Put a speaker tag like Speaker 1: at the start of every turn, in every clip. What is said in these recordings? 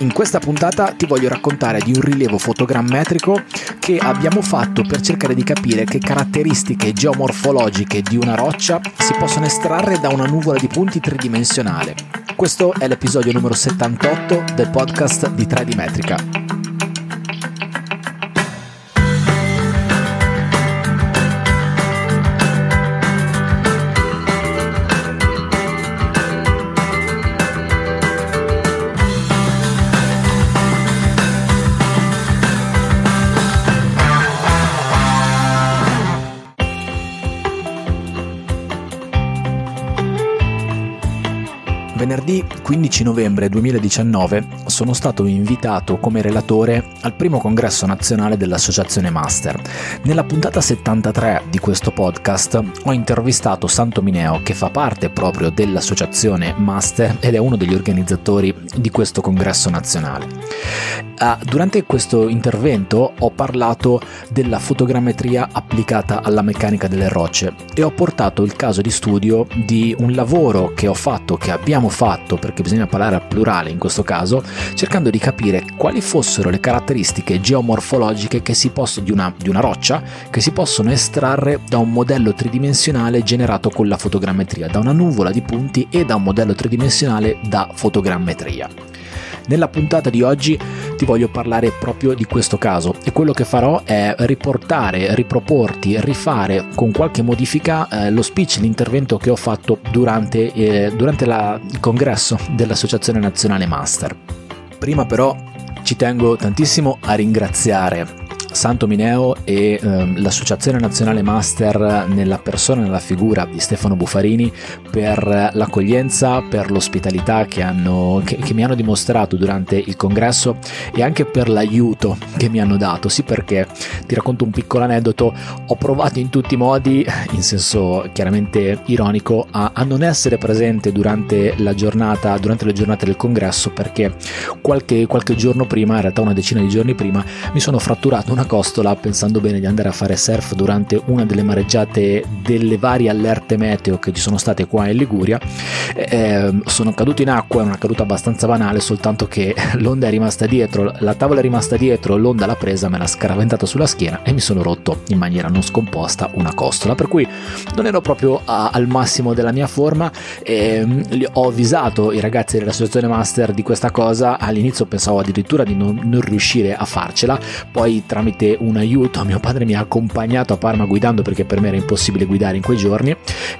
Speaker 1: In questa puntata ti voglio raccontare di un rilievo fotogrammetrico che abbiamo fatto per cercare di capire che caratteristiche geomorfologiche di una roccia si possono estrarre da una nuvola di punti tridimensionale. Questo è l'episodio numero 78 del podcast di 3D Metrica. Venerdì 15 novembre 2019 sono stato invitato come relatore al primo congresso nazionale dell'Associazione Master. Nella puntata 73 di questo podcast ho intervistato Santo Mineo, che fa parte proprio dell'Associazione Master ed è uno degli organizzatori di questo congresso nazionale. Durante questo intervento ho parlato della fotogrammetria applicata alla meccanica delle rocce e ho portato il caso di studio di un lavoro che abbiamo fatto, perché bisogna parlare al plurale in questo caso, cercando di capire quali fossero le caratteristiche geomorfologiche di una roccia che si possono estrarre da un modello tridimensionale generato con la fotogrammetria, da una nuvola di punti e da un modello tridimensionale da fotogrammetria. Nella puntata di oggi ti voglio parlare proprio di questo caso e quello che farò è riproporti, rifare con qualche modifica lo speech, l'intervento che ho fatto durante il congresso dell'Associazione Nazionale Master. Prima però ci tengo tantissimo a ringraziare Santo Mineo e l'Associazione Nazionale Master nella figura di Stefano Buffarini per l'accoglienza, per l'ospitalità che mi hanno dimostrato durante il congresso e anche per l'aiuto che mi hanno dato. Sì, perché ti racconto un piccolo aneddoto: ho provato in tutti i modi, in senso chiaramente ironico, a non essere presente durante le giornate del congresso, perché qualche giorno prima, in realtà una decina di giorni prima, mi sono fratturato una costola pensando bene di andare a fare surf durante una delle mareggiate delle varie allerte meteo che ci sono state qua in Liguria. Sono caduto in acqua, è una caduta abbastanza banale, soltanto che l'onda è rimasta dietro, la tavola è rimasta dietro, l'onda l'ha presa, me l'ha scaraventata sulla schiena e mi sono rotto in maniera non scomposta una costola, per cui non ero proprio al massimo della mia forma. Ho avvisato i ragazzi dell'Associazione Master di questa cosa. All'inizio pensavo addirittura di non riuscire a farcela, poi tramite un aiuto mio padre mi ha accompagnato a Parma guidando, perché per me era impossibile guidare in quei giorni.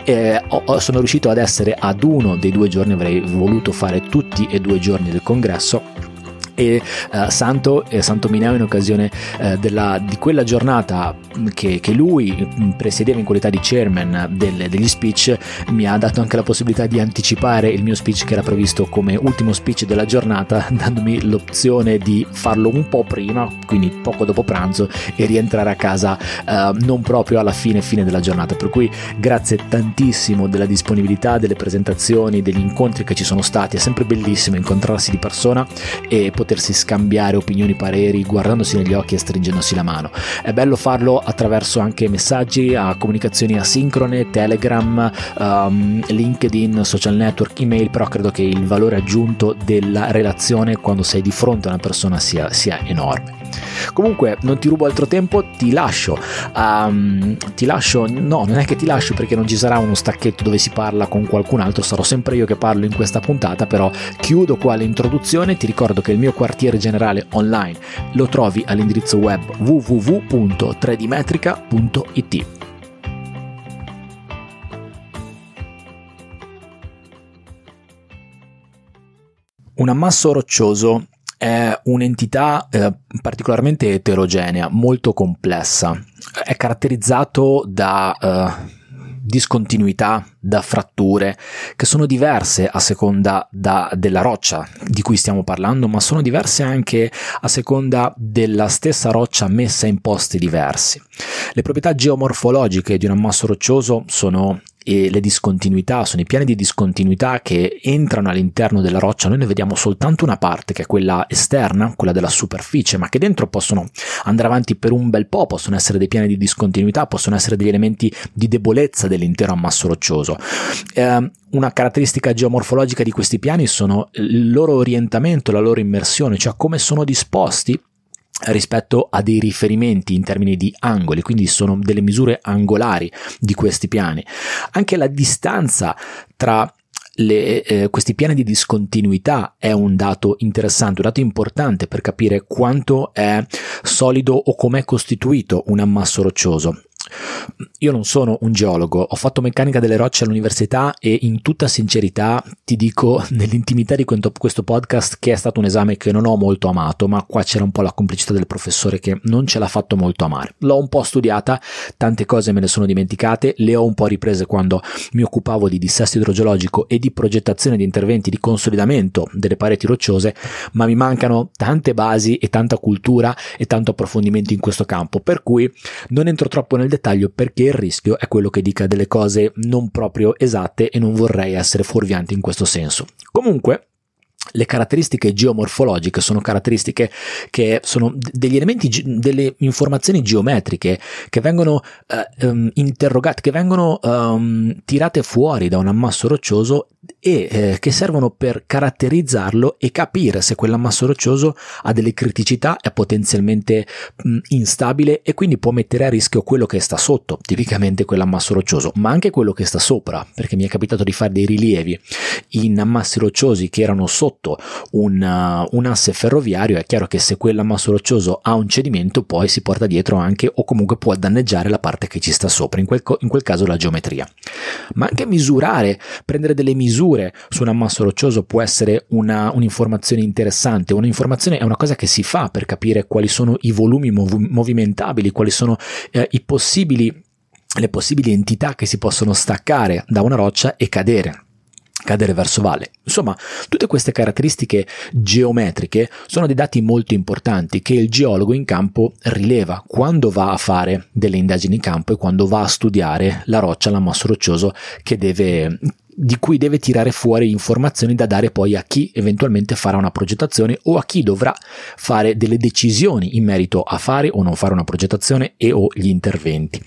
Speaker 1: Sono riuscito ad essere ad uno dei 2 giorni, avrei voluto fare tutti e 2 giorni del congresso. E Santo Mineo, in occasione di quella giornata che lui presiedeva in qualità di chairman degli speech, mi ha dato anche la possibilità di anticipare il mio speech, che era previsto come ultimo speech della giornata, dandomi l'opzione di farlo un po' prima, quindi poco dopo pranzo, e rientrare a casa non proprio alla fine della giornata. Per cui grazie tantissimo della disponibilità, delle presentazioni, degli incontri che ci sono stati. È sempre bellissimo incontrarsi di persona e potersi scambiare opinioni, pareri, guardandosi negli occhi e stringendosi la mano. È bello farlo attraverso anche messaggi, a comunicazioni asincrone, Telegram, LinkedIn, social network, email, però credo che il valore aggiunto della relazione quando sei di fronte a una persona sia enorme. Comunque non ti rubo altro tempo, ti lascio, no, non è che ti lascio, perché non ci sarà uno stacchetto dove si parla con qualcun altro, sarò sempre io che parlo in questa puntata. Però chiudo qua l'introduzione, ti ricordo che il mio quartiere generale online lo trovi all'indirizzo web www.3dmetrica.it. Un ammasso roccioso è un'entità particolarmente eterogenea, molto complessa. È caratterizzato da discontinuità, da fratture che sono diverse a seconda della roccia di cui stiamo parlando, ma sono diverse anche a seconda della stessa roccia messa in posti diversi. Le proprietà geomorfologiche di un ammasso roccioso sono e le discontinuità, sono i piani di discontinuità che entrano all'interno della roccia. Noi ne vediamo soltanto una parte, che è quella esterna, quella della superficie, ma che dentro possono andare avanti per un bel po', possono essere dei piani di discontinuità, possono essere degli elementi di debolezza dell'intero ammasso roccioso. Una caratteristica geomorfologica di questi piani sono il loro orientamento, la loro immersione, cioè come sono disposti rispetto a dei riferimenti in termini di angoli, quindi sono delle misure angolari di questi piani. Anche la distanza tra questi piani di discontinuità è un dato interessante, un dato importante per capire quanto è solido o com'è costituito un ammasso roccioso. Io non sono un geologo, ho fatto meccanica delle rocce all'università e in tutta sincerità ti dico nell'intimità di questo podcast che è stato un esame che non ho molto amato, ma qua c'era un po' la complicità del professore che non ce l'ha fatto molto amare. L'ho un po' studiata, tante cose me ne sono dimenticate, le ho un po' riprese quando mi occupavo di dissesto idrogeologico e di progettazione di interventi di consolidamento delle pareti rocciose, ma mi mancano tante basi e tanta cultura e tanto approfondimento in questo campo, per cui non entro troppo nel dettaglio perché il rischio è quello che dica delle cose non proprio esatte e non vorrei essere fuorviante in questo senso. Comunque, le caratteristiche geomorfologiche sono caratteristiche che sono degli elementi, delle informazioni geometriche che vengono interrogate, che vengono tirate fuori da un ammasso roccioso e che servono per caratterizzarlo e capire se quell'ammasso roccioso ha delle criticità, è potenzialmente instabile e quindi può mettere a rischio quello che sta sotto, tipicamente quell'ammasso roccioso, ma anche quello che sta sopra, perché mi è capitato di fare dei rilievi in ammassi rocciosi che erano sotto un asse ferroviario. È chiaro che se quell'ammasso roccioso ha un cedimento poi si porta dietro anche, o comunque può danneggiare la parte che ci sta sopra, in quel caso la geometria. Ma anche prendere delle misure su un ammasso roccioso può essere un'informazione interessante. Un'informazione è una cosa che si fa per capire quali sono i volumi movimentabili, quali sono le possibili entità che si possono staccare da una roccia e cadere verso valle. Insomma, tutte queste caratteristiche geometriche sono dei dati molto importanti che il geologo in campo rileva quando va a fare delle indagini in campo e quando va a studiare la roccia, l'ammasso roccioso di cui deve tirare fuori informazioni da dare poi a chi eventualmente farà una progettazione o a chi dovrà fare delle decisioni in merito a fare o non fare una progettazione e o gli interventi.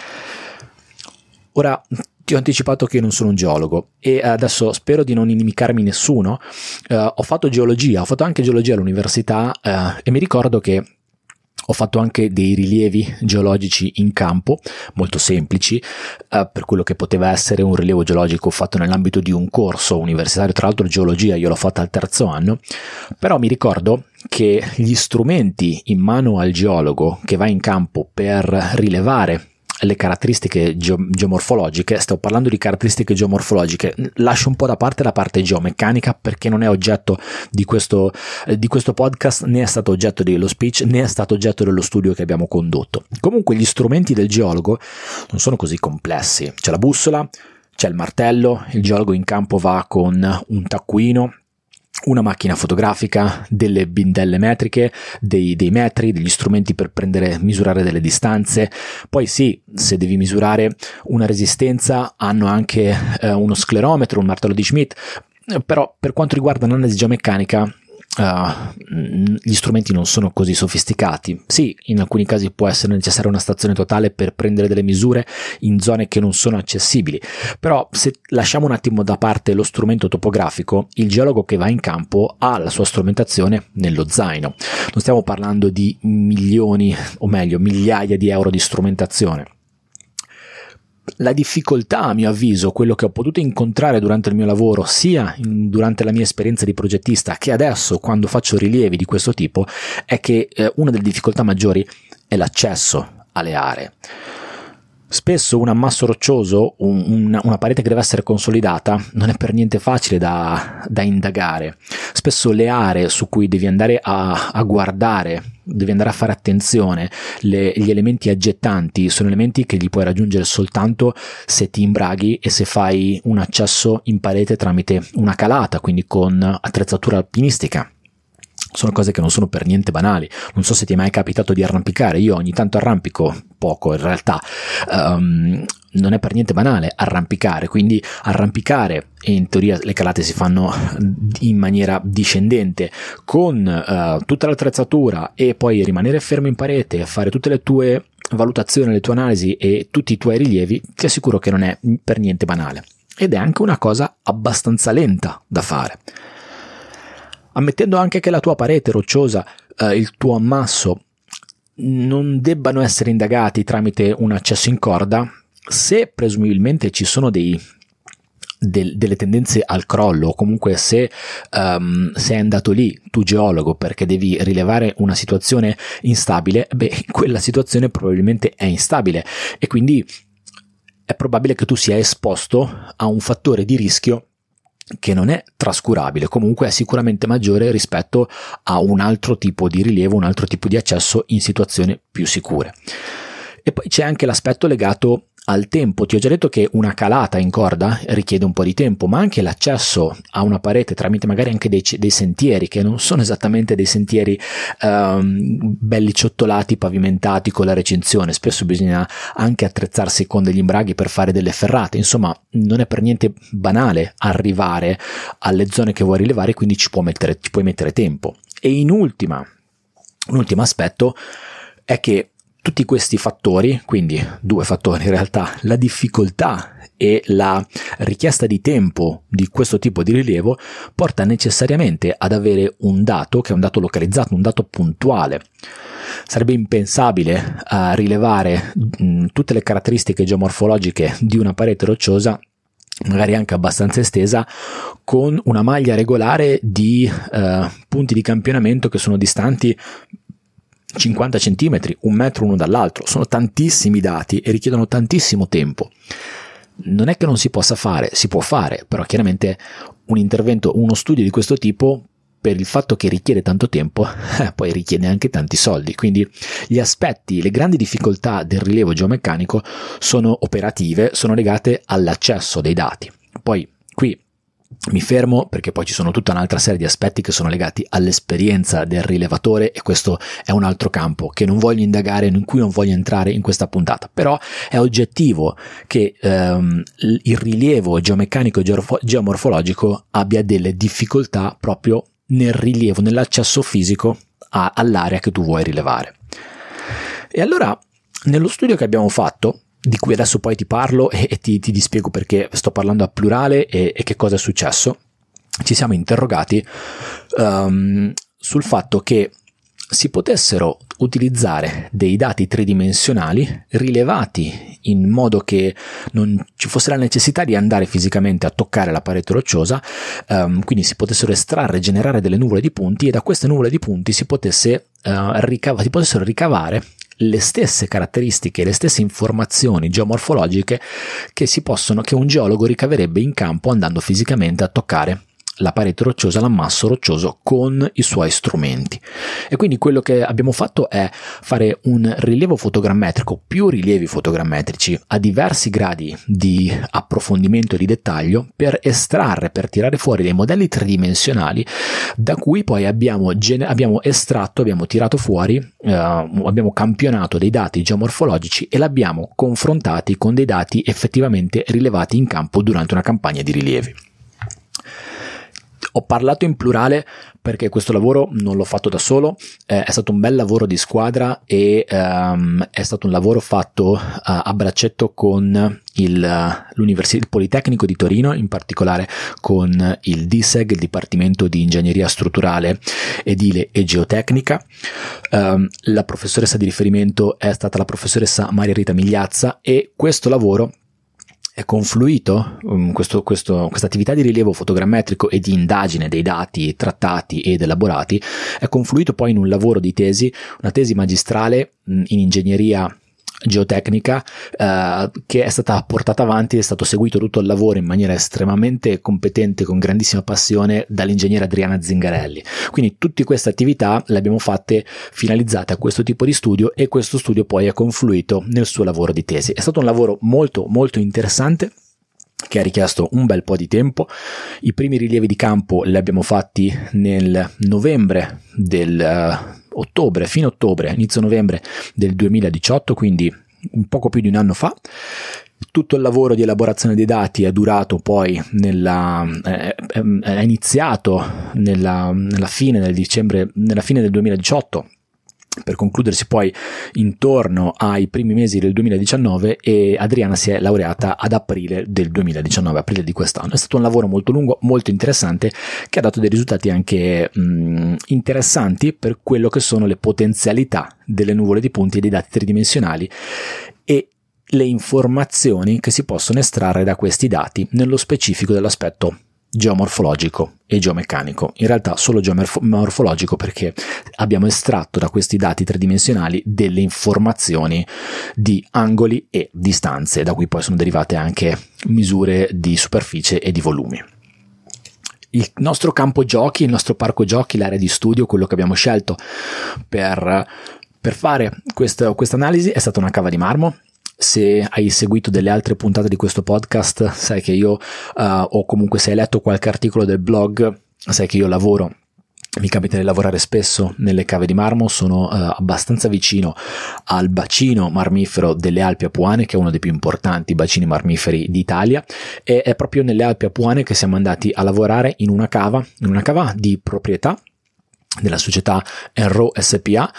Speaker 1: Ora, ti ho anticipato che io non sono un geologo e adesso spero di non inimicarmi nessuno. Ho fatto anche geologia all'università e mi ricordo che ho fatto anche dei rilievi geologici in campo, molto semplici, per quello che poteva essere un rilievo geologico fatto nell'ambito di un corso universitario, tra l'altro geologia io l'ho fatta al terzo anno, però mi ricordo che gli strumenti in mano al geologo che va in campo per rilevare le caratteristiche geomorfologiche, sto parlando di caratteristiche geomorfologiche, lascio un po' da parte la parte geomeccanica perché non è oggetto di questo podcast, né è stato oggetto dello speech, né è stato oggetto dello studio che abbiamo condotto. Comunque gli strumenti del geologo non sono così complessi, c'è la bussola, c'è il martello, il geologo in campo va con un taccuino, una macchina fotografica, delle bindelle metriche, dei metri, degli strumenti per misurare delle distanze. Poi sì, se devi misurare una resistenza hanno anche uno sclerometro, un martello di Schmidt, però per quanto riguarda l'analisi geomeccanica gli strumenti non sono così sofisticati. Sì, in alcuni casi può essere necessaria una stazione totale per prendere delle misure in zone che non sono accessibili, però se lasciamo un attimo da parte lo strumento topografico, il geologo che va in campo ha la sua strumentazione nello zaino. Non stiamo parlando di milioni, o meglio migliaia di euro di strumentazione. La difficoltà, a mio avviso, quello che ho potuto incontrare durante il mio lavoro, sia durante la mia esperienza di progettista che adesso quando faccio rilievi di questo tipo, è che una delle difficoltà maggiori è l'accesso alle aree. Spesso un ammasso roccioso, una parete che deve essere consolidata, non è per niente facile da indagare. Spesso le aree su cui devi andare a guardare, devi andare a fare attenzione, gli elementi aggettanti sono elementi che li puoi raggiungere soltanto se ti imbraghi e se fai un accesso in parete tramite una calata, quindi con attrezzatura alpinistica. sono cose che non sono per niente banali. Non so se ti è mai capitato di arrampicare, io ogni tanto arrampico, poco in realtà, non è per niente banale arrampicare, quindi arrampicare, e in teoria le calate si fanno in maniera discendente con tutta l'attrezzatura e poi rimanere fermo in parete, fare tutte le tue valutazioni, le tue analisi e tutti i tuoi rilievi, ti assicuro che non è per niente banale, ed è anche una cosa abbastanza lenta da fare. Ammettendo anche che la tua parete rocciosa, il tuo ammasso non debbano essere indagati tramite un accesso in corda, se presumibilmente ci sono delle tendenze al crollo, o comunque se sei andato lì tu geologo perché devi rilevare una situazione instabile, quella situazione probabilmente è instabile e quindi è probabile che tu sia esposto a un fattore di rischio che non è trascurabile, comunque è sicuramente maggiore rispetto a un altro tipo di rilievo, un altro tipo di accesso in situazioni più sicure. E poi c'è anche l'aspetto legato al tempo. Ti ho già detto che una calata in corda richiede un po' di tempo, ma anche l'accesso a una parete tramite magari anche dei sentieri che non sono esattamente dei sentieri belli ciottolati, pavimentati con la recinzione. Spesso bisogna anche attrezzarsi con degli imbraghi per fare delle ferrate. Insomma, non è per niente banale arrivare alle zone che vuoi rilevare, quindi ci puoi mettere tempo. E in un ultimo aspetto è che tutti questi fattori, quindi 2 fattori in realtà, la difficoltà e la richiesta di tempo di questo tipo di rilievo, porta necessariamente ad avere un dato che è un dato localizzato, un dato puntuale. Sarebbe impensabile rilevare tutte le caratteristiche geomorfologiche di una parete rocciosa, magari anche abbastanza estesa, con una maglia regolare di punti di campionamento che sono distanti 50 centimetri, 1 metro uno dall'altro. Sono tantissimi dati e richiedono tantissimo tempo. Non è che non si possa fare, si può fare, però chiaramente un intervento, uno studio di questo tipo, per il fatto che richiede tanto tempo, poi richiede anche tanti soldi. Quindi gli aspetti, le grandi difficoltà del rilievo geomeccanico sono operative, sono legate all'accesso dei dati. Poi qui mi fermo perché poi ci sono tutta un'altra serie di aspetti che sono legati all'esperienza del rilevatore, e questo è un altro campo che non voglio indagare, in cui non voglio entrare in questa puntata. Però è oggettivo che il rilievo geomeccanico e geomorfologico abbia delle difficoltà proprio nel rilievo, nell'accesso fisico all'area che tu vuoi rilevare. E allora, nello studio che abbiamo fatto, di cui adesso poi ti parlo e ti spiego perché sto parlando a plurale e che cosa è successo, ci siamo interrogati sul fatto che si potessero utilizzare dei dati tridimensionali rilevati in modo che non ci fosse la necessità di andare fisicamente a toccare la parete rocciosa, quindi si potessero estrarre, generare delle nuvole di punti, e da queste nuvole di punti si potessero ricavare le stesse caratteristiche, le stesse informazioni geomorfologiche che un geologo ricaverebbe in campo andando fisicamente a toccare la parete rocciosa, l'ammasso roccioso con i suoi strumenti. E quindi quello che abbiamo fatto è fare un rilievo fotogrammetrico, più rilievi fotogrammetrici a diversi gradi di approfondimento e di dettaglio, per estrarre, per tirare fuori dei modelli tridimensionali da cui poi abbiamo tirato fuori, abbiamo campionato dei dati geomorfologici e l'abbiamo confrontati con dei dati effettivamente rilevati in campo durante una campagna di rilievi. Ho parlato in plurale perché questo lavoro non l'ho fatto da solo, è stato un bel lavoro di squadra e è stato un lavoro fatto a braccetto con il Politecnico di Torino, in particolare con il DISEG, il Dipartimento di Ingegneria Strutturale, Edile e Geotecnica. La professoressa di riferimento è stata la professoressa Maria Rita Migliazza, e questo lavoro è confluito, questa attività di rilievo fotogrammetrico e di indagine dei dati trattati ed elaborati è confluito poi in un lavoro di tesi, una tesi magistrale in ingegneria geotecnica, che è stata portata avanti, è stato seguito tutto il lavoro in maniera estremamente competente, con grandissima passione, dall'ingegnere Adriana Zingarelli. Quindi tutte queste attività le abbiamo fatte finalizzate a questo tipo di studio, e questo studio poi è confluito nel suo lavoro di tesi. È stato un lavoro molto molto interessante, che ha richiesto un bel po' di tempo. I primi rilievi di campo li abbiamo fatti nel novembre fine ottobre, inizio novembre del 2018, quindi un poco più di un anno fa. Tutto il lavoro di elaborazione dei dati è durato poi è iniziato nella fine del 2018, per concludersi poi intorno ai primi mesi del 2019, e Adriana si è laureata ad aprile del 2019, aprile di quest'anno. È stato un lavoro molto lungo, molto interessante, che ha dato dei risultati anche interessanti per quello che sono le potenzialità delle nuvole di punti e dei dati tridimensionali e le informazioni che si possono estrarre da questi dati, nello specifico dell'aspetto geomorfologico e geomeccanico. In realtà solo geomorfologico, perché abbiamo estratto da questi dati tridimensionali delle informazioni di angoli e distanze, da cui poi sono derivate anche misure di superficie e di volumi. Il nostro campo giochi, il nostro parco giochi, l'area di studio, quello che abbiamo scelto per fare questa analisi è stata una cava di marmo. Se hai seguito delle altre puntate di questo podcast, sai che io, o comunque se hai letto qualche articolo del blog, sai che io mi capita di lavorare spesso nelle cave di marmo. Sono abbastanza vicino al bacino marmifero delle Alpi Apuane, che è uno dei più importanti bacini marmiferi d'Italia, e è proprio nelle Alpi Apuane che siamo andati a lavorare in una cava di proprietà della società Enro SPA.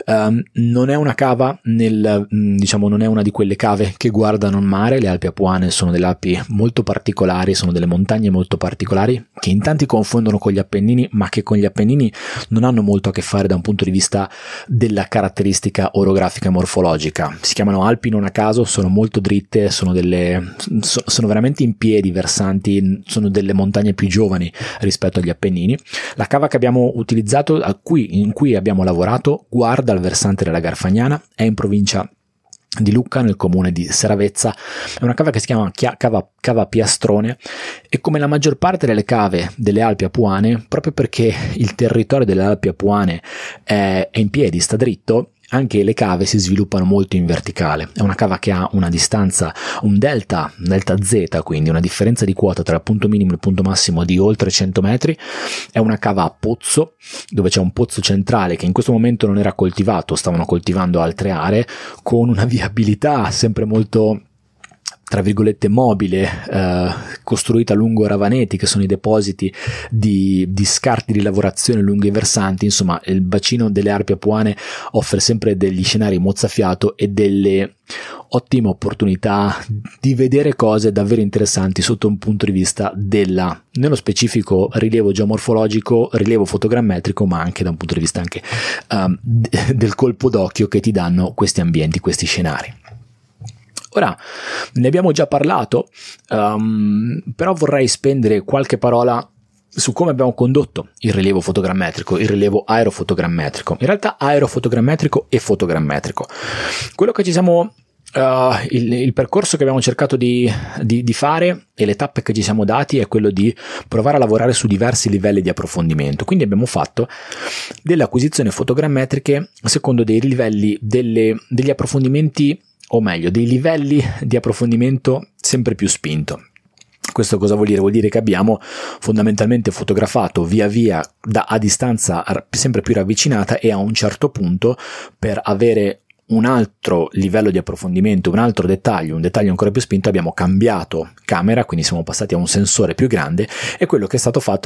Speaker 1: Non è una cava non è una di quelle cave che guardano il mare. Le Alpi Apuane sono delle Alpi molto particolari, sono delle montagne molto particolari che in tanti confondono con gli Appennini, ma che con gli Appennini non hanno molto a che fare da un punto di vista della caratteristica orografica e morfologica. Si chiamano Alpi non a caso, sono molto dritte, sono veramente in piedi versanti, sono delle montagne più giovani rispetto agli Appennini. La cava che abbiamo utilizzato, in cui abbiamo lavorato, guarda al versante della Garfagnana, è in provincia di Lucca, nel comune di Seravezza. È una cava che si chiama cava Piastrone, e come la maggior parte delle cave delle Alpi Apuane, proprio perché il territorio delle Alpi Apuane è in piedi, sta dritto, anche le cave si sviluppano molto in verticale. È una cava che ha una distanza, un delta Z, quindi una differenza di quota tra il punto minimo e il punto massimo di oltre 100 metri. È una cava a pozzo, dove c'è un pozzo centrale che in questo momento non era coltivato, stavano coltivando altre aree, con una viabilità sempre molto, tra virgolette, mobile, costruita lungo ravaneti, che sono i depositi di scarti di lavorazione lungo i versanti. Insomma, il bacino delle Alpi Apuane offre sempre degli scenari mozzafiato e delle ottime opportunità di vedere cose davvero interessanti sotto un punto di vista nello specifico rilievo geomorfologico, rilievo fotogrammetrico, ma anche da un punto di vista anche del colpo d'occhio che ti danno questi ambienti, questi scenari. Ora, ne abbiamo già parlato, però vorrei spendere qualche parola su come abbiamo condotto il rilievo fotogrammetrico, il rilievo aerofotogrammetrico, in realtà aerofotogrammetrico e fotogrammetrico. Quello che ci siamo, il percorso che abbiamo cercato di fare e le tappe che ci siamo dati è quello di provare a lavorare su diversi livelli di approfondimento. Quindi abbiamo fatto delle acquisizioni fotogrammetriche secondo dei livelli, degli approfondimenti, o meglio, dei livelli di approfondimento sempre più spinto. Questo cosa vuol dire? Vuol dire che abbiamo fondamentalmente fotografato via via a distanza sempre più ravvicinata, e a un certo punto, per avere un altro livello di approfondimento, un altro dettaglio, un dettaglio ancora più spinto, abbiamo cambiato camera, quindi siamo passati a un sensore più grande, e quello che è stato fatto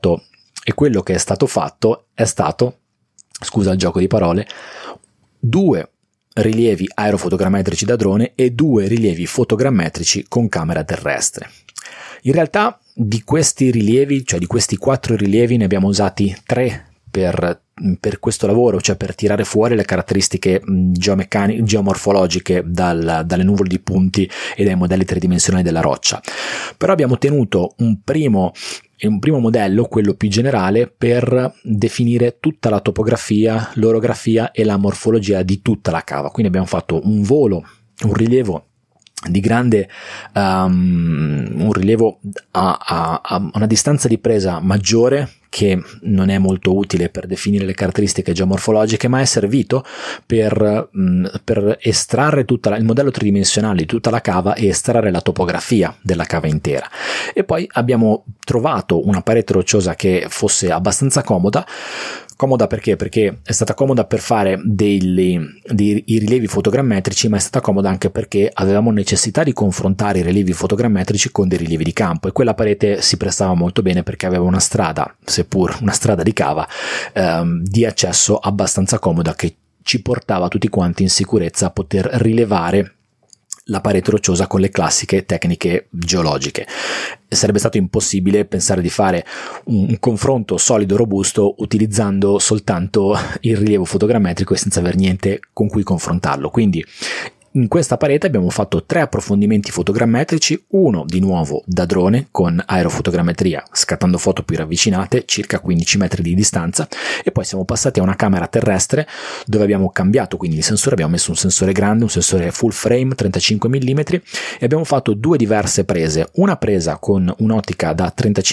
Speaker 1: è stato, scusa il gioco di parole, 2 rilievi aerofotogrammetrici da drone e 2 rilievi fotogrammetrici con camera terrestre. In realtà di questi rilievi, cioè di questi 4 rilievi, ne abbiamo usati 3 per questo lavoro, cioè per tirare fuori le caratteristiche geomorfologiche dalle nuvole di punti e dai modelli tridimensionali della roccia. Però abbiamo tenuto un primo modello, quello più generale, per definire tutta la topografia, l'orografia e la morfologia di tutta la cava. Quindi abbiamo fatto un rilievo di grande, un rilievo a una distanza di presa maggiore che non è molto utile per definire le caratteristiche geomorfologiche, ma è servito per estrarre il modello tridimensionale di tutta la cava e estrarre la topografia della cava intera. E poi abbiamo trovato una parete rocciosa che fosse abbastanza comoda perché è stata comoda per fare i rilievi fotogrammetrici, ma è stata comoda anche perché avevamo necessità di confrontare i rilievi fotogrammetrici con dei rilievi di campo, e quella parete si prestava molto bene perché aveva una strada, seppur una strada di cava, di accesso abbastanza comoda, che ci portava tutti quanti in sicurezza a poter rilevare la parete rocciosa con le classiche tecniche geologiche. Sarebbe stato impossibile pensare di fare un confronto solido e robusto utilizzando soltanto il rilievo fotogrammetrico e senza aver niente con cui confrontarlo. Quindi in questa parete abbiamo fatto 3 approfondimenti fotogrammetrici, uno di nuovo da drone con aerofotogrammetria, scattando foto più ravvicinate, circa 15 metri di distanza, e poi siamo passati a una camera terrestre dove abbiamo cambiato quindi il sensore, abbiamo messo un sensore grande, un sensore full frame 35 mm, e abbiamo fatto 2 diverse prese, una presa con un'ottica da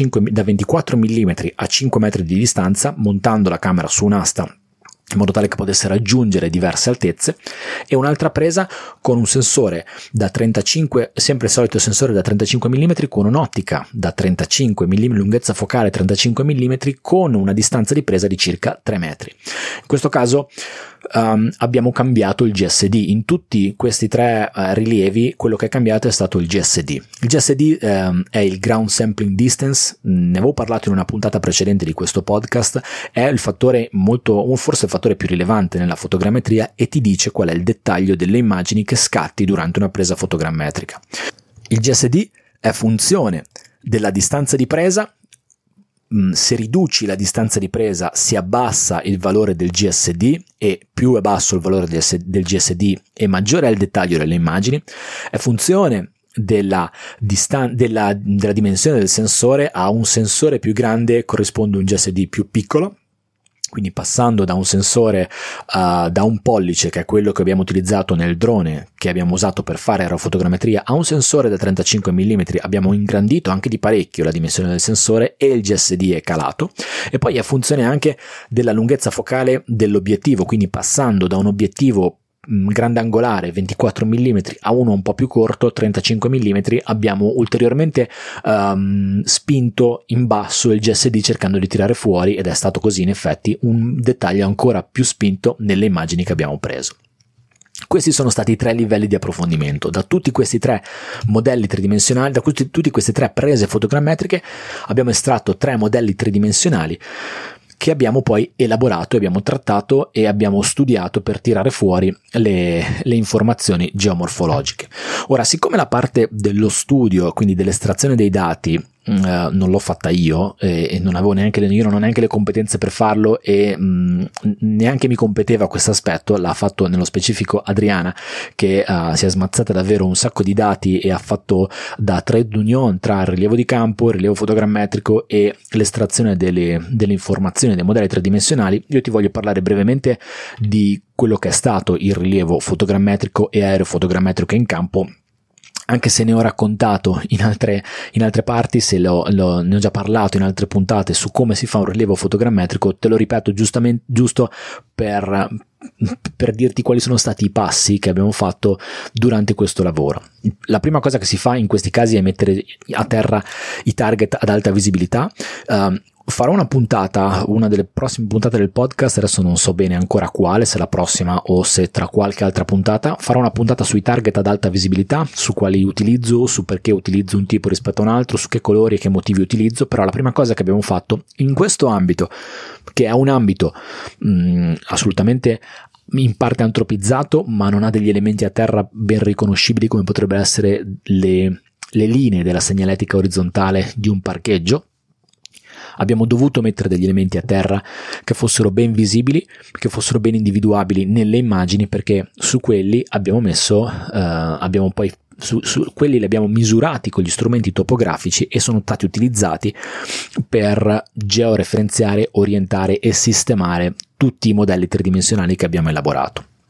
Speaker 1: 24 mm a 5 metri di distanza, montando la camera su un'asta in modo tale che potesse raggiungere diverse altezze, e un'altra presa con un sensore da 35, sempre il solito sensore da 35 mm con un'ottica da 35 mm, lunghezza focale 35 mm, con una distanza di presa di circa 3 metri. In questo caso abbiamo cambiato il GSD. In tutti questi 3 rilievi quello che è cambiato è stato il GSD. Il GSD è il Ground Sampling Distance, ne avevo parlato in una puntata precedente di questo podcast, è il fattore forse il fattore più rilevante nella fotogrammetria, e ti dice qual è il dettaglio delle immagini che scatti durante una presa fotogrammetrica. Il GSD è funzione della distanza di presa. Se riduci la distanza di presa si abbassa il valore del GSD, e più è basso il valore del GSD e maggiore è il dettaglio delle immagini. È funzione della dimensione del sensore. A un sensore più grande corrisponde un GSD più piccolo. Quindi passando da un sensore da un pollice, che è quello che abbiamo utilizzato nel drone che abbiamo usato per fare aerofotogrammetria, a un sensore da 35 mm abbiamo ingrandito anche di parecchio la dimensione del sensore e il GSD è calato. E poi è funzione anche della lunghezza focale dell'obiettivo, quindi passando da un obiettivo grandangolare 24 mm a uno un po' più corto 35 mm abbiamo ulteriormente spinto in basso il GSD cercando di tirare fuori, ed è stato così in effetti un dettaglio ancora più spinto nelle immagini che abbiamo preso. Questi sono stati i 3 livelli di approfondimento. Da tutti questi 3 modelli tridimensionali, da tutte queste 3 prese fotogrammetriche abbiamo estratto 3 modelli tridimensionali che abbiamo poi elaborato, abbiamo trattato e abbiamo studiato per tirare fuori le informazioni geomorfologiche. Ora, siccome la parte dello studio, quindi dell'estrazione dei dati, non l'ho fatta io e non avevo neanche le competenze per farlo, e neanche mi competeva questo aspetto, l'ha fatto nello specifico Adriana, che si è smazzata davvero un sacco di dati e ha fatto da trade union tra il rilievo di campo, il rilievo fotogrammetrico e l'estrazione delle informazioni dei modelli tridimensionali. Io ti voglio parlare brevemente di quello che è stato il rilievo fotogrammetrico e aerofotogrammetrico in campo, anche se ne ho raccontato in altre parti, se ne ho già parlato in altre puntate su come si fa un rilievo fotogrammetrico. Te lo ripeto giusto per dirti quali sono stati i passi che abbiamo fatto durante questo lavoro. La prima cosa che si fa in questi casi è mettere a terra i target ad alta visibilità. Farò una delle prossime puntate del podcast, adesso non so bene ancora quale, se la prossima o se tra qualche altra puntata. Farò una puntata sui target ad alta visibilità, su quali utilizzo, su perché utilizzo un tipo rispetto a un altro, su che colori e che motivi utilizzo. Però la prima cosa che abbiamo fatto in questo ambito, che è un ambito assolutamente in parte antropizzato, ma non ha degli elementi a terra ben riconoscibili come potrebbero essere le linee della segnaletica orizzontale di un parcheggio, abbiamo dovuto mettere degli elementi a terra che fossero ben visibili, che fossero ben individuabili nelle immagini, perché su quelli abbiamo quelli li abbiamo misurati con gli strumenti topografici e sono stati utilizzati per georeferenziare, orientare e sistemare tutti i modelli tridimensionali che abbiamo elaborato.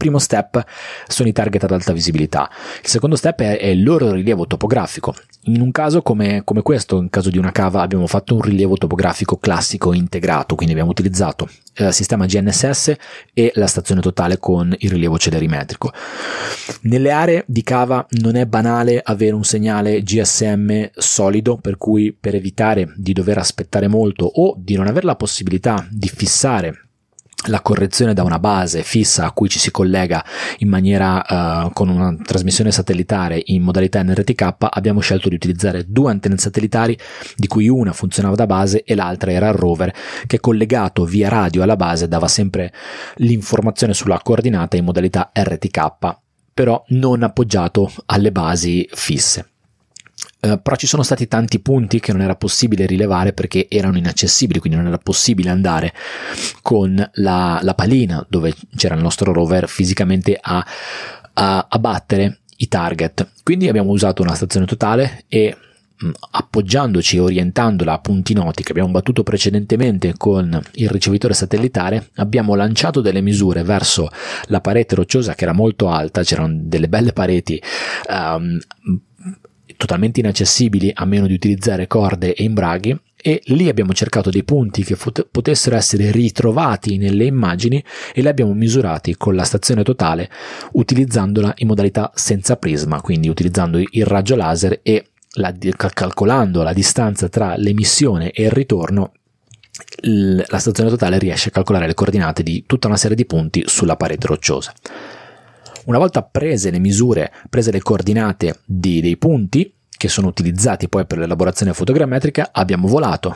Speaker 1: primo step sono i target ad alta visibilità, il secondo step è il loro rilievo topografico. In un caso come questo, in caso di una cava, abbiamo fatto un rilievo topografico classico integrato, quindi abbiamo utilizzato sistema GNSS e la stazione totale con il rilievo celerimetrico. Nelle aree di cava non è banale avere un segnale GSM solido, per cui per evitare di dover aspettare molto o di non avere la possibilità di fissare la correzione da una base fissa a cui ci si collega in maniera con una trasmissione satellitare in modalità NRTK, abbiamo scelto di utilizzare due antenne satellitari, di cui una funzionava da base e l'altra era il rover, che collegato via radio alla base dava sempre l'informazione sulla coordinata in modalità RTK, però non appoggiato alle basi fisse. Però ci sono stati tanti punti che non era possibile rilevare perché erano inaccessibili, quindi non era possibile andare con la palina dove c'era il nostro rover fisicamente a battere i target. Quindi abbiamo usato una stazione totale e appoggiandoci e orientandola a punti noti che abbiamo battuto precedentemente con il ricevitore satellitare, abbiamo lanciato delle misure verso la parete rocciosa che era molto alta, c'erano delle belle pareti totalmente inaccessibili a meno di utilizzare corde e imbraghi, e lì abbiamo cercato dei punti che potessero essere ritrovati nelle immagini e li abbiamo misurati con la stazione totale utilizzandola in modalità senza prisma, quindi utilizzando il raggio laser e calcolando la distanza tra l'emissione e il ritorno. La stazione totale riesce a calcolare le coordinate di tutta una serie di punti sulla parete rocciosa. Una volta prese le misure, prese le coordinate dei punti che sono utilizzati poi per l'elaborazione fotogrammetrica, abbiamo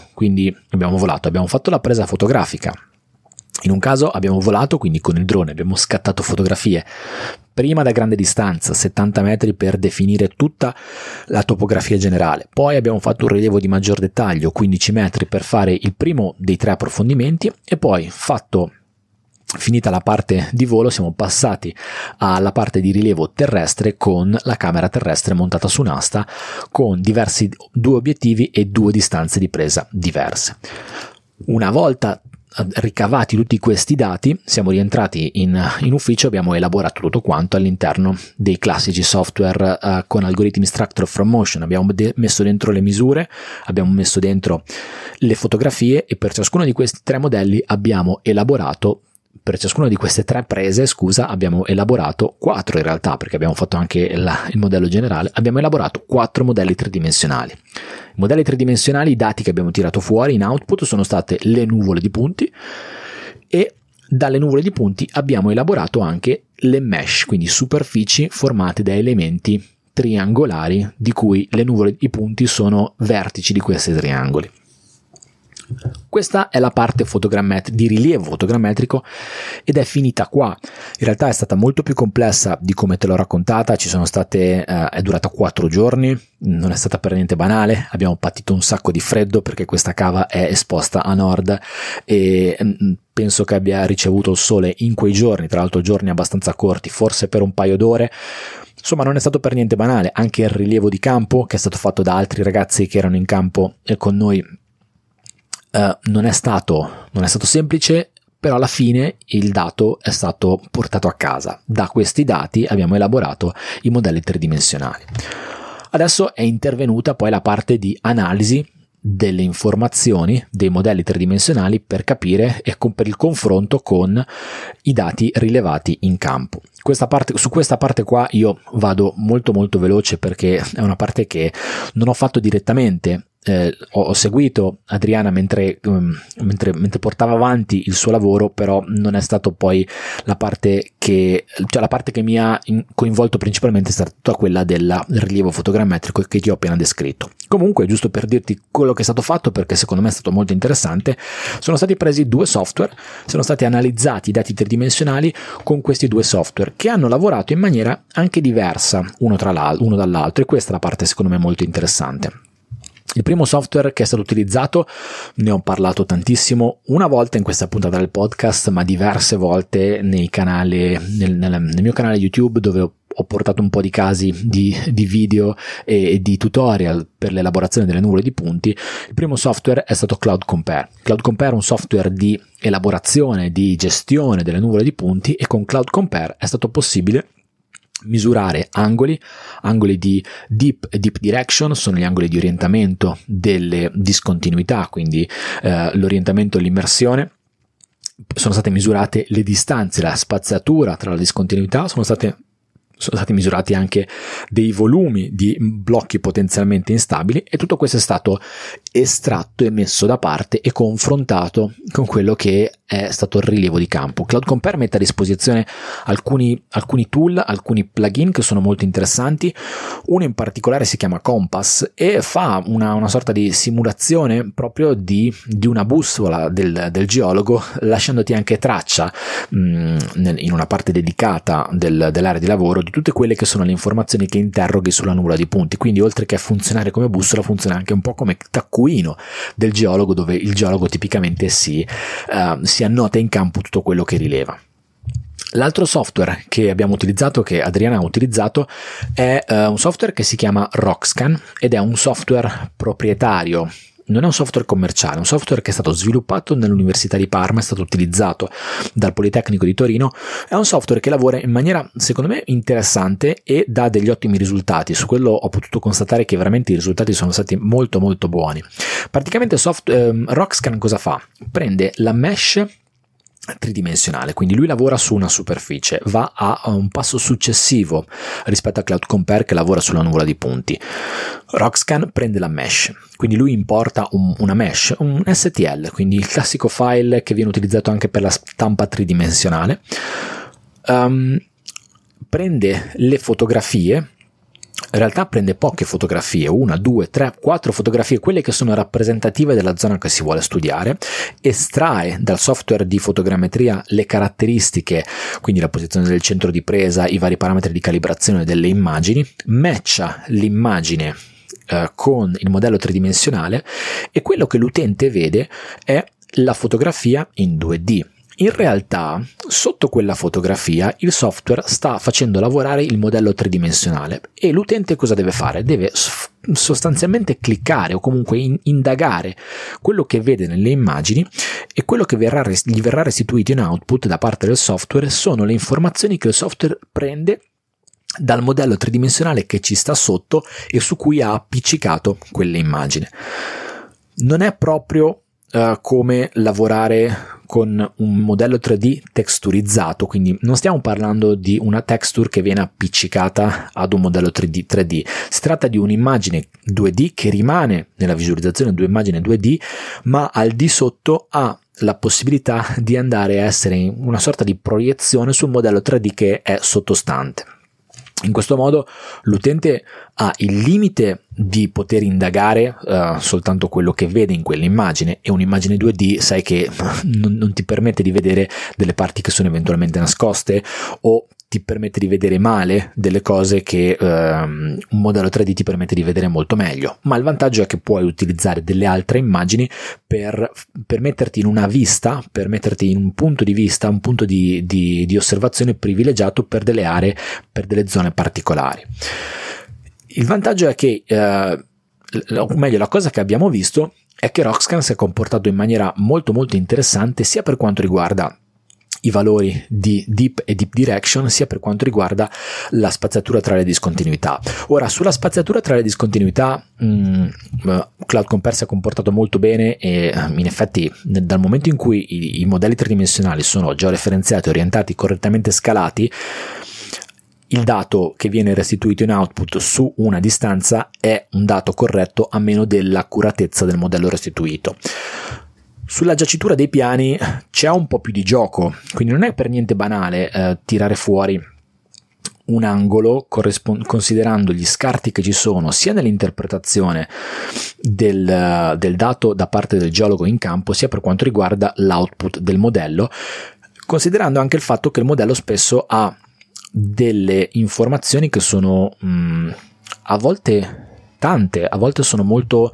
Speaker 1: fatto la presa fotografica. In un caso abbiamo volato, quindi con il drone abbiamo scattato fotografie prima da grande distanza, 70 metri, per definire tutta la topografia generale. Poi abbiamo fatto un rilievo di maggior dettaglio, 15 metri, per fare il primo dei 3 approfondimenti, e poi finita la parte di volo siamo passati alla parte di rilievo terrestre con la camera terrestre montata su un'asta con diversi 2 obiettivi e 2 distanze di presa diverse. Una volta ricavati tutti questi dati siamo rientrati in ufficio, abbiamo elaborato tutto quanto all'interno dei classici software con algoritmi Structure from Motion. Abbiamo messo dentro le misure, abbiamo messo dentro le fotografie e per ciascuno di questi 3 modelli abbiamo elaborato, per ciascuna di queste 3 prese, abbiamo elaborato 4 in realtà, perché abbiamo fatto anche il modello generale, abbiamo elaborato 4 modelli tridimensionali. I modelli tridimensionali, i dati che abbiamo tirato fuori in output sono state le nuvole di punti, e dalle nuvole di punti abbiamo elaborato anche le mesh, quindi superfici formate da elementi triangolari di cui le nuvole di punti sono vertici di questi triangoli. Questa è la parte di rilievo fotogrammetrico ed è finita qua. In realtà è stata molto più complessa di come te l'ho raccontata, è durata 4 giorni, non è stata per niente banale, abbiamo patito un sacco di freddo perché questa cava è esposta a nord e penso che abbia ricevuto il sole in quei giorni, tra l'altro giorni abbastanza corti, forse per un paio d'ore. Insomma, non è stato per niente banale. Anche il rilievo di campo, che è stato fatto da altri ragazzi che erano in campo con noi, non è stato semplice, però alla fine il dato è stato portato a casa. Da questi dati abbiamo elaborato i modelli tridimensionali. Adesso è intervenuta poi la parte di analisi delle informazioni dei modelli tridimensionali per capire e per il confronto con i dati rilevati in campo. Su questa parte qua io vado molto molto veloce perché è una parte che non ho fatto direttamente. Ho seguito Adriana mentre portava avanti il suo lavoro, però non è stato poi la parte che mi ha coinvolto principalmente, è stata tutta quella del rilievo fotogrammetrico che ti ho appena descritto. Comunque, giusto per dirti quello che è stato fatto, perché secondo me è stato molto interessante, sono stati presi 2 software, sono stati analizzati i dati tridimensionali con questi 2 software che hanno lavorato in maniera anche diversa uno dall'altro, e questa è la parte secondo me molto interessante. Il primo software che è stato utilizzato, ne ho parlato tantissimo, una volta in questa puntata del podcast, ma diverse volte nel mio canale YouTube, dove ho portato un po' di casi di video e di tutorial per l'elaborazione delle nuvole di punti. Il primo software è stato Cloud Compare. Cloud Compare è un software di elaborazione, di gestione delle nuvole di punti, e con Cloud Compare è stato possibile misurare angoli di deep e deep direction, sono gli angoli di orientamento delle discontinuità, quindi l'orientamento e l'immersione. Sono state misurate le distanze, la spaziatura tra la discontinuità, sono stati misurati anche dei volumi di blocchi potenzialmente instabili, e tutto questo è stato estratto e messo da parte e confrontato con quello che è stato il rilievo di campo. Cloud Compare mette a disposizione alcuni tool, alcuni plugin che sono molto interessanti. Uno in particolare si chiama Compass e fa una sorta di simulazione proprio di una bussola del geologo, lasciandoti anche traccia in una parte dedicata dell'area di lavoro di tutte quelle che sono le informazioni che interroghi sulla nuvola di punti. Quindi oltre che a funzionare come bussola, funziona anche un po' come taccuino del geologo, dove il geologo tipicamente si annota in campo tutto quello che rileva. L'altro software che abbiamo utilizzato, che Adriana ha utilizzato, è un software che si chiama Rockscan, ed è un software proprietario. Non è un software commerciale, è un software che è stato sviluppato nell'Università di Parma, è stato utilizzato dal Politecnico di Torino. È un software che lavora in maniera, secondo me, interessante e dà degli ottimi risultati. Su quello ho potuto constatare che veramente i risultati sono stati molto molto buoni. Praticamente Rockscan cosa fa? Prende la mesh tridimensionale, quindi lui lavora su una superficie, va a un passo successivo rispetto a Cloud Compare che lavora sulla nuvola di punti. Rockscan prende la mesh, quindi lui importa una mesh, un STL, quindi il classico file che viene utilizzato anche per la stampa tridimensionale. Prende le fotografie. In realtà prende poche fotografie, 1, 2, 3, 4 fotografie, quelle che sono rappresentative della zona che si vuole studiare, estrae dal software di fotogrammetria le caratteristiche, quindi la posizione del centro di presa, i vari parametri di calibrazione delle immagini, matcha l'immagine con il modello tridimensionale, e quello che l'utente vede è la fotografia in 2D. In realtà, sotto quella fotografia, il software sta facendo lavorare il modello tridimensionale, e l'utente cosa deve fare? Deve sostanzialmente cliccare o comunque indagare quello che vede nelle immagini, e quello che gli verrà restituito in output da parte del software sono le informazioni che il software prende dal modello tridimensionale che ci sta sotto e su cui ha appiccicato quell'immagine. Non è proprio come lavorare con un modello 3D texturizzato, quindi non stiamo parlando di una texture che viene appiccicata ad un modello 3D. Si tratta di un'immagine 2D che rimane nella visualizzazione di un'immagine 2D, ma al di sotto ha la possibilità di andare a essere in una sorta di proiezione sul modello 3D che è sottostante. In questo modo l'utente ha il limite di poter indagare soltanto quello che vede in quell'immagine, e un'immagine 2D sai che non ti permette di vedere delle parti che sono eventualmente nascoste, o ti permette di vedere male delle cose che un modello 3D ti permette di vedere molto meglio. Ma il vantaggio è che puoi utilizzare delle altre immagini per metterti in una vista, per metterti in un punto di vista, un punto di osservazione privilegiato per delle aree, per delle zone particolari. Il vantaggio è che, o meglio, la cosa che abbiamo visto è che Rockscan si è comportato in maniera molto molto interessante, sia per quanto riguarda i valori di deep e deep direction, sia per quanto riguarda la spaziatura tra le discontinuità. Ora, sulla spaziatura tra le discontinuità Cloud Compare si è comportato molto bene, e in effetti dal momento in cui i modelli tridimensionali sono georeferenziati, orientati, correttamente scalati, il dato che viene restituito in output su una distanza è un dato corretto, a meno dell'accuratezza del modello restituito. Sulla giacitura dei piani c'è un po' più di gioco, quindi non è per niente banale tirare fuori un angolo considerando gli scarti che ci sono sia nell'interpretazione del dato da parte del geologo in campo, sia per quanto riguarda l'output del modello, considerando anche il fatto che il modello spesso ha delle informazioni che sono a volte tante, a volte sono molto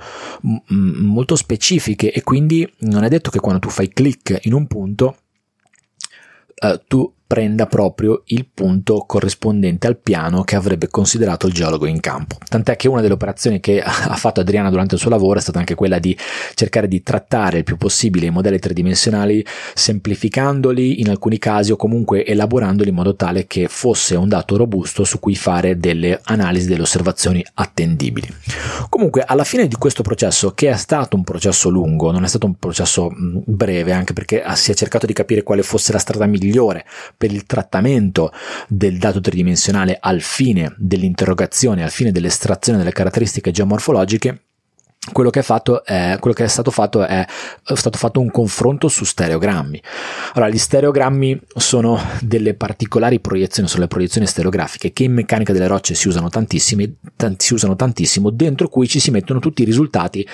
Speaker 1: specifiche, e quindi non è detto che quando tu fai click in un punto tu prenda proprio il punto corrispondente al piano che avrebbe considerato il geologo in campo. Tant'è che una delle operazioni che ha fatto Adriana durante il suo lavoro è stata anche quella di cercare di trattare il più possibile i modelli tridimensionali, semplificandoli in alcuni casi o comunque elaborandoli in modo tale che fosse un dato robusto su cui fare delle analisi, delle osservazioni attendibili. Comunque alla fine di questo processo, che è stato un processo lungo, non è stato un processo breve, anche perché si è cercato di capire quale fosse la strada migliore per il trattamento del dato tridimensionale al fine dell'interrogazione, al fine dell'estrazione delle caratteristiche geomorfologiche. Quello che è stato fatto un confronto su stereogrammi. Allora, gli stereogrammi sono delle particolari proiezioni, sono le proiezioni stereografiche che in meccanica delle rocce si usano tantissimo, dentro cui ci si mettono tutti i risultati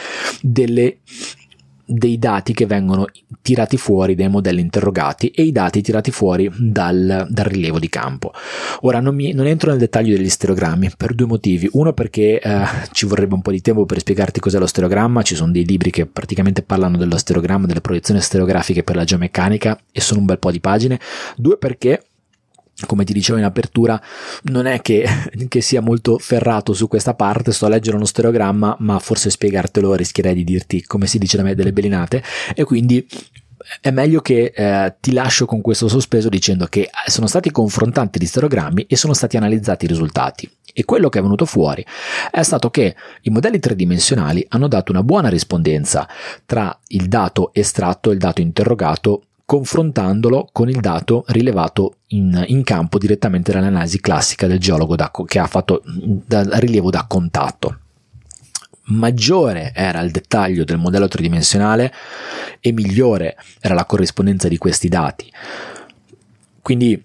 Speaker 1: dei dati che vengono tirati fuori dai modelli interrogati e i dati tirati fuori dal rilievo di campo. Ora non entro nel dettaglio degli stereogrammi per due motivi. Uno, perché ci vorrebbe un po' di tempo per spiegarti cos'è lo stereogramma. Ci sono dei libri che praticamente parlano dello stereogramma, delle proiezioni stereografiche per la geomeccanica, e sono un bel po' di pagine. Due, perché, come ti dicevo in apertura, non è che sia molto ferrato su questa parte. Sto a leggere uno stereogramma, ma forse spiegartelo rischierei di dirti, come si dice da me, delle belinate, e quindi è meglio che ti lascio con questo sospeso dicendo che sono stati confrontanti gli stereogrammi e sono stati analizzati i risultati. E quello che è venuto fuori è stato che i modelli tridimensionali hanno dato una buona rispondenza tra il dato estratto e il dato interrogato, confrontandolo con il dato rilevato in campo direttamente dall'analisi classica del geologo che ha fatto rilievo da contatto. Maggiore era il dettaglio del modello tridimensionale e migliore era la corrispondenza di questi dati. Quindi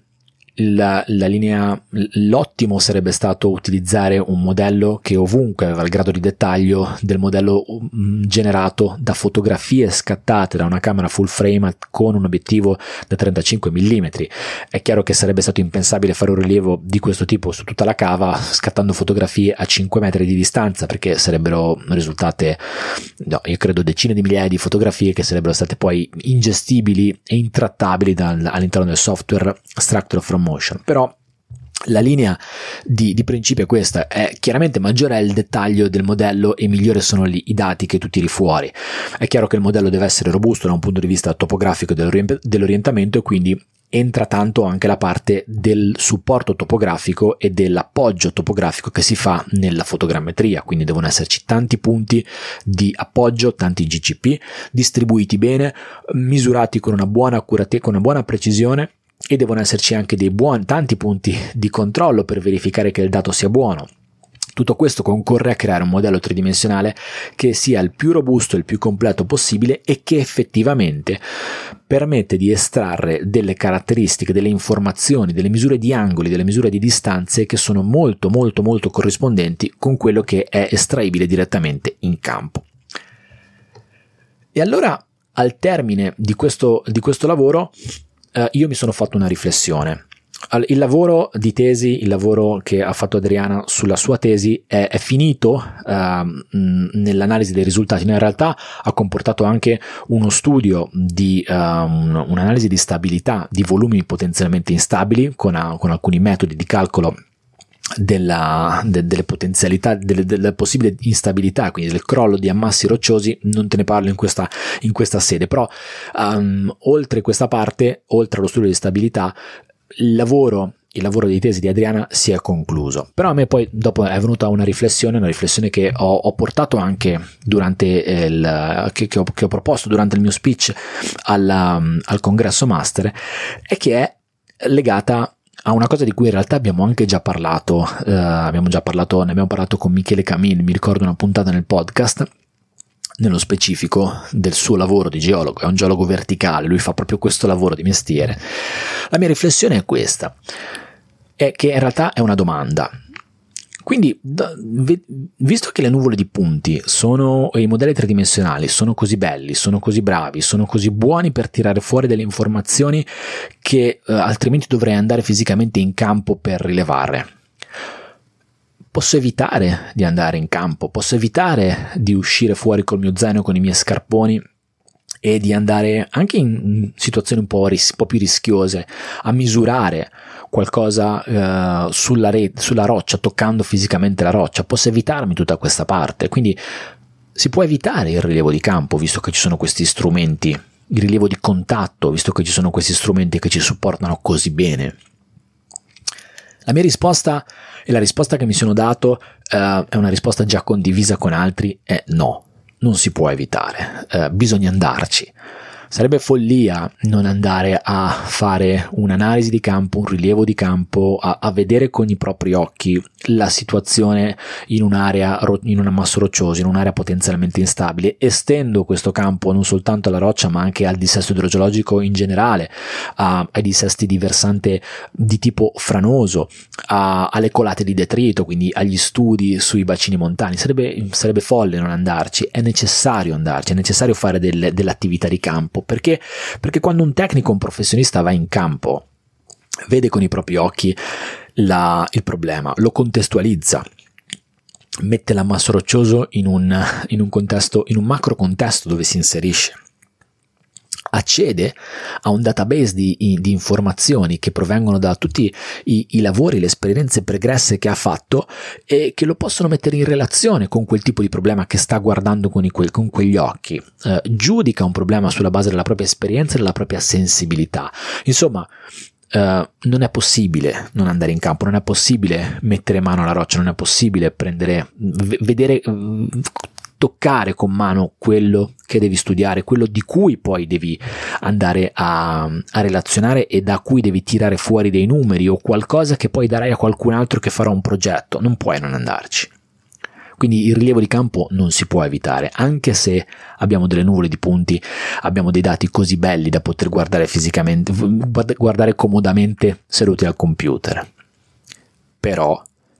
Speaker 1: l'ottimo sarebbe stato utilizzare un modello che ovunque aveva il grado di dettaglio del modello generato da fotografie scattate da una camera full frame con un obiettivo da 35 mm. È chiaro che sarebbe stato impensabile fare un rilievo di questo tipo su tutta la cava scattando fotografie a 5 metri di distanza, perché sarebbero risultate, io credo, decine di migliaia di fotografie che sarebbero state poi ingestibili e intrattabili all'interno del software Structure from Motion. Però la linea di principio è questa: è chiaramente maggiore è il dettaglio del modello e migliore sono i dati che tu tiri fuori. È chiaro che il modello deve essere robusto da un punto di vista topografico dell'orientamento, e quindi entra tanto anche la parte del supporto topografico e dell'appoggio topografico che si fa nella fotogrammetria. Quindi devono esserci tanti punti di appoggio, tanti GCP distribuiti bene, misurati con una buona accuratezza, con una buona precisione, e devono esserci anche tanti punti di controllo per verificare che il dato sia buono. Tutto questo concorre a creare un modello tridimensionale che sia il più robusto e il più completo possibile e che effettivamente permette di estrarre delle caratteristiche, delle informazioni, delle misure di angoli, delle misure di distanze che sono molto molto molto corrispondenti con quello che è estraibile direttamente in campo. E allora, al termine di questo lavoro, io mi sono fatto una riflessione. Il lavoro di tesi, il lavoro che ha fatto Adriana sulla sua tesi è finito nell'analisi dei risultati. In realtà ha comportato anche uno studio di un'analisi di stabilità di volumi potenzialmente instabili con alcuni metodi di calcolo delle potenzialità, della possibile instabilità, quindi del crollo di ammassi rocciosi. Non te ne parlo in questa sede, però oltre questa parte, oltre allo studio di stabilità, il lavoro di tesi di Adriana si è concluso. Però a me poi dopo è venuta una riflessione che ho portato anche durante che ho proposto durante il mio speech al congresso master, e che è legata a una cosa di cui in realtà abbiamo anche già parlato. Ne abbiamo parlato con Michele Camin, mi ricordo una puntata nel podcast, nello specifico del suo lavoro di geologo. È un geologo verticale, lui fa proprio questo lavoro di mestiere. La mia riflessione è questa, è che in realtà è una domanda. Quindi, visto che le nuvole di punti e i modelli tridimensionali sono così belli, sono così bravi, sono così buoni per tirare fuori delle informazioni che altrimenti dovrei andare fisicamente in campo per rilevare, posso evitare di andare in campo, posso evitare di uscire fuori col mio zaino, con i miei scarponi e di andare anche in situazioni un po' più rischiose a misurare qualcosa sulla roccia, toccando fisicamente la roccia, posso evitarmi tutta questa parte. Quindi si può evitare il rilievo di campo, visto che ci sono questi strumenti, il rilievo di contatto, visto che ci sono questi strumenti che ci supportano così bene. La mia risposta e la risposta che mi sono dato è una risposta già condivisa con altri, è no, non si può evitare, bisogna andarci. Sarebbe follia non andare a fare un'analisi di campo, un rilievo di campo, a vedere con i propri occhi la situazione in un'area, in un ammasso roccioso, in un'area potenzialmente instabile. Estendo questo campo non soltanto alla roccia, ma anche al dissesto idrogeologico in generale, ai dissesti di versante di tipo franoso, alle colate di detrito, quindi agli studi sui bacini montani. Sarebbe folle non andarci, è necessario andarci, è necessario fare dell'attività di campo. Perché quando un tecnico, un professionista va in campo, vede con i propri occhi il problema, lo contestualizza, mette l'ammasso roccioso in un contesto, in un macro contesto dove si inserisce, accede a un database di informazioni che provengono da tutti i lavori, le esperienze pregresse che ha fatto e che lo possono mettere in relazione con quel tipo di problema che sta guardando con quegli occhi, giudica un problema sulla base della propria esperienza e della propria sensibilità. Insomma, non è possibile non andare in campo, non è possibile mettere mano alla roccia, non è possibile vedere, toccare con mano quello che devi studiare, quello di cui poi devi andare a relazionare e da cui devi tirare fuori dei numeri o qualcosa che poi darai a qualcun altro che farà un progetto. Non puoi non andarci. Quindi il rilievo di campo non si può evitare, anche se abbiamo delle nuvole di punti, abbiamo dei dati così belli da poter guardare fisicamente, guardare comodamente seduti al computer. Però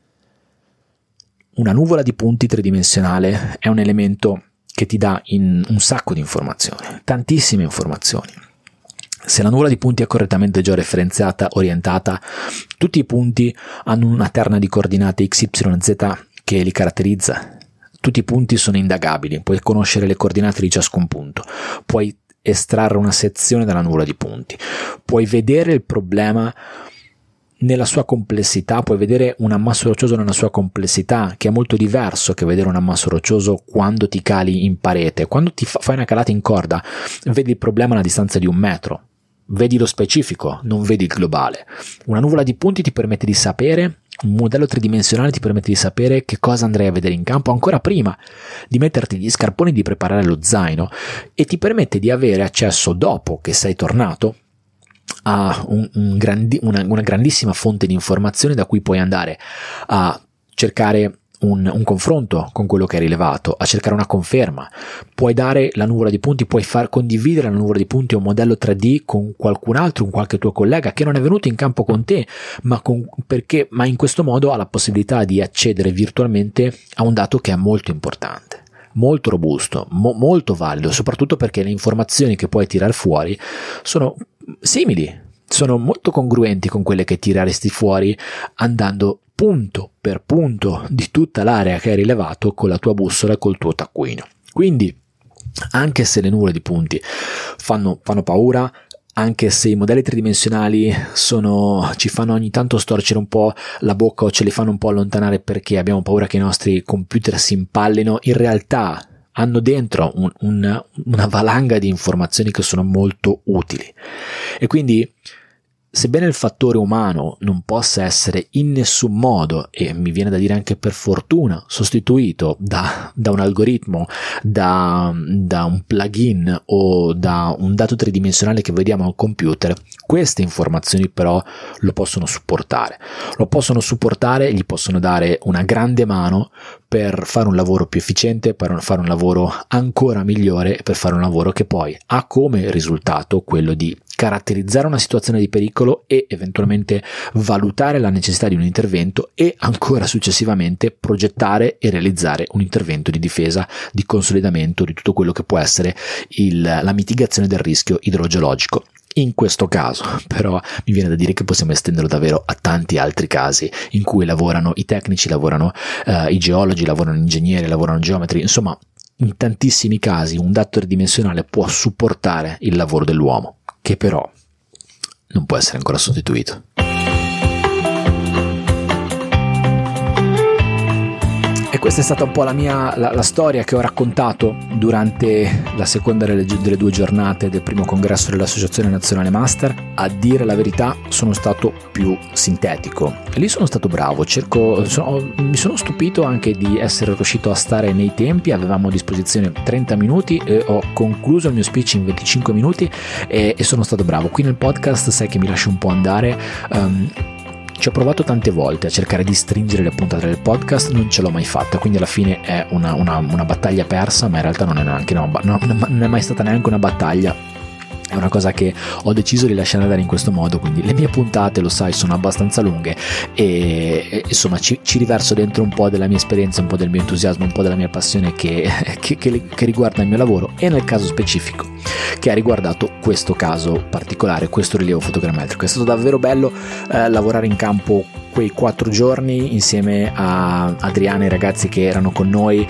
Speaker 1: una nuvola di punti tridimensionale è un elemento che ti dà un sacco di informazioni, tantissime informazioni. Se la nuvola di punti è correttamente georeferenziata, orientata, tutti i punti hanno una terna di coordinate x, y, z che li caratterizza. Tutti i punti sono indagabili, puoi conoscere le coordinate di ciascun punto, puoi estrarre una sezione dalla nuvola di punti, puoi vedere il problema nella sua complessità, puoi vedere un ammasso roccioso nella sua complessità, che è molto diverso che vedere un ammasso roccioso quando ti cali in parete. Quando ti fai una calata in corda, vedi il problema alla distanza di 1 metro, vedi lo specifico, non vedi il globale. Una nuvola di punti ti permette di sapere, un modello tridimensionale ti permette di sapere che cosa andrai a vedere in campo ancora prima di metterti gli scarponi, di preparare lo zaino, e ti permette di avere accesso, dopo che sei tornato, a una grandissima fonte di informazioni da cui puoi andare a cercare un confronto con quello che hai rilevato, a cercare una conferma. Puoi dare la nuvola di punti, puoi far condividere la nuvola di punti o un modello 3D con qualcun altro, con qualche tuo collega che non è venuto in campo con te, ma in questo modo ha la possibilità di accedere virtualmente a un dato che è molto importante, molto robusto, molto valido, soprattutto perché le informazioni che puoi tirare fuori sono simili, sono molto congruenti con quelle che tireresti fuori andando punto per punto di tutta l'area che hai rilevato con la tua bussola e col tuo taccuino. Quindi, anche se le nuvole di punti fanno paura, anche se i modelli tridimensionali ci fanno ogni tanto storcere un po' la bocca o ce li fanno un po' allontanare perché abbiamo paura che i nostri computer si impallino, in realtà hanno dentro una valanga di informazioni che sono molto utili. E quindi, sebbene il fattore umano non possa essere in nessun modo, e mi viene da dire anche per fortuna, sostituito da un algoritmo, da un plugin o da un dato tridimensionale che vediamo al computer, queste informazioni però lo possono supportare, gli possono dare una grande mano per fare un lavoro più efficiente, per fare un lavoro ancora migliore e per fare un lavoro che poi ha come risultato quello di caratterizzare una situazione di pericolo e eventualmente valutare la necessità di un intervento e ancora successivamente progettare e realizzare un intervento di difesa, di consolidamento di tutto quello che può essere la mitigazione del rischio idrogeologico. In questo caso però mi viene da dire che possiamo estenderlo davvero a tanti altri casi in cui lavorano i tecnici, lavorano i geologi, lavorano gli ingegneri, lavorano geometri, insomma in tantissimi casi un dato tridimensionale può supportare il lavoro dell'uomo, che però non può essere ancora sostituito. E questa è stata un po' la storia che ho raccontato durante la seconda delle 2 giornate del primo congresso dell'Associazione Nazionale Master. A dire la verità sono stato più sintetico, e lì sono stato bravo, mi sono stupito anche di essere riuscito a stare nei tempi. Avevamo a disposizione 30 minuti e ho concluso il mio speech in 25 minuti e sono stato bravo. Qui nel podcast sai che mi lascio un po' andare. Ci ho provato tante volte a cercare di stringere le puntate del podcast, non ce l'ho mai fatta, quindi alla fine è una battaglia persa, ma in realtà non è mai stata neanche una battaglia. È una cosa che ho deciso di lasciare andare in questo modo, quindi le mie puntate, lo sai, sono abbastanza lunghe e insomma ci riverso dentro un po' della mia esperienza, un po' del mio entusiasmo, un po' della mia passione che riguarda il mio lavoro, e nel caso specifico che ha riguardato questo caso particolare, questo rilievo fotogrammetrico. È stato davvero bello lavorare in campo quei 4 giorni insieme a Adriana e i ragazzi che erano con noi.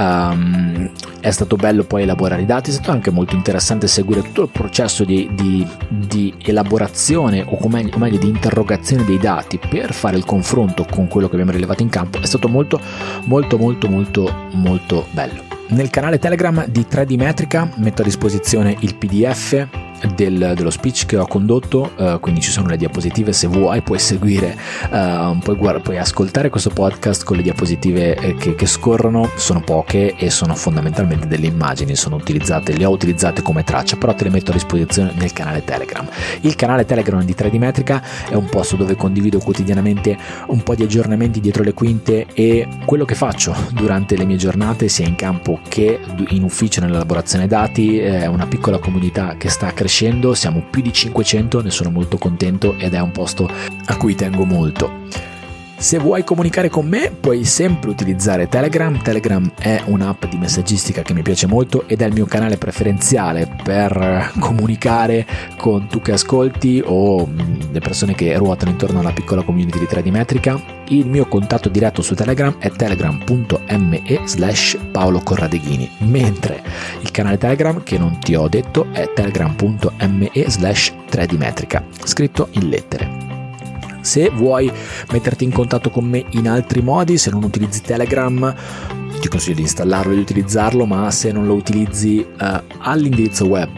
Speaker 1: È stato bello poi elaborare i dati, è stato anche molto interessante seguire tutto il processo di elaborazione o meglio di interrogazione dei dati per fare il confronto con quello che abbiamo rilevato in campo. È stato molto molto molto molto molto bello. Nel canale Telegram di 3D Metrica metto a disposizione il PDF dello speech che ho condotto, quindi ci sono le diapositive. Se vuoi puoi seguire, puoi ascoltare questo podcast con le diapositive che scorrono. Sono poche e sono fondamentalmente delle immagini, le ho utilizzate come traccia, però te le metto a disposizione nel canale Telegram. Il canale Telegram di 3D Metrica è un posto dove condivido quotidianamente un po' di aggiornamenti dietro le quinte e quello che faccio durante le mie giornate, sia in campo che in ufficio nell'elaborazione dati. È una piccola comunità che sta crescendo, siamo più di 500, ne sono molto contento ed è un posto a cui tengo molto. Se vuoi comunicare con me puoi sempre utilizzare Telegram. Telegram è un'app di messaggistica che mi piace molto ed è il mio canale preferenziale per comunicare con tu che ascolti o le persone che ruotano intorno alla piccola community di 3D Metrica. Il mio contatto diretto su Telegram è telegram.me/Paolo Corradeghini, mentre il canale Telegram che non ti ho detto è telegram.me/3D Metrica, scritto in lettere. Se vuoi metterti in contatto con me in altri modi, se non utilizzi Telegram, ti consiglio di installarlo e di utilizzarlo, ma se non lo utilizzi, all'indirizzo web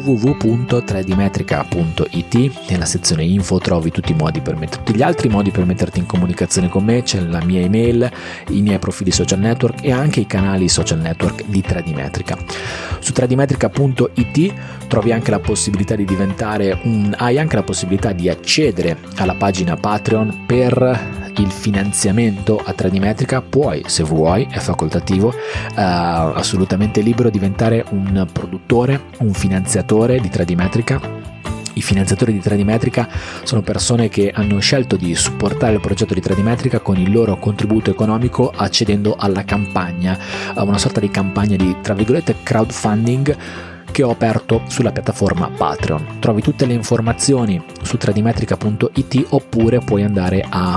Speaker 1: www.3dmetrica.it nella sezione info trovi tutti gli altri modi per metterti in comunicazione con me. C'è la mia email, i miei profili social network e anche i canali social network di 3D Metrica. Su 3dmetrica.it trovi anche la possibilità di hai anche la possibilità di accedere alla pagina Patreon per il finanziamento a 3D Metrica. Puoi, se vuoi, è facoltativo, assolutamente libero, diventare un produttore, un finanziatore di 3D Metrica. I finanziatori di 3D Metrica sono persone che hanno scelto di supportare il progetto di 3D Metrica con il loro contributo economico accedendo alla campagna, a una sorta di campagna di, tra virgolette, crowdfunding che ho aperto sulla piattaforma Patreon. Trovi tutte le informazioni su 3dmetrica.it oppure puoi andare a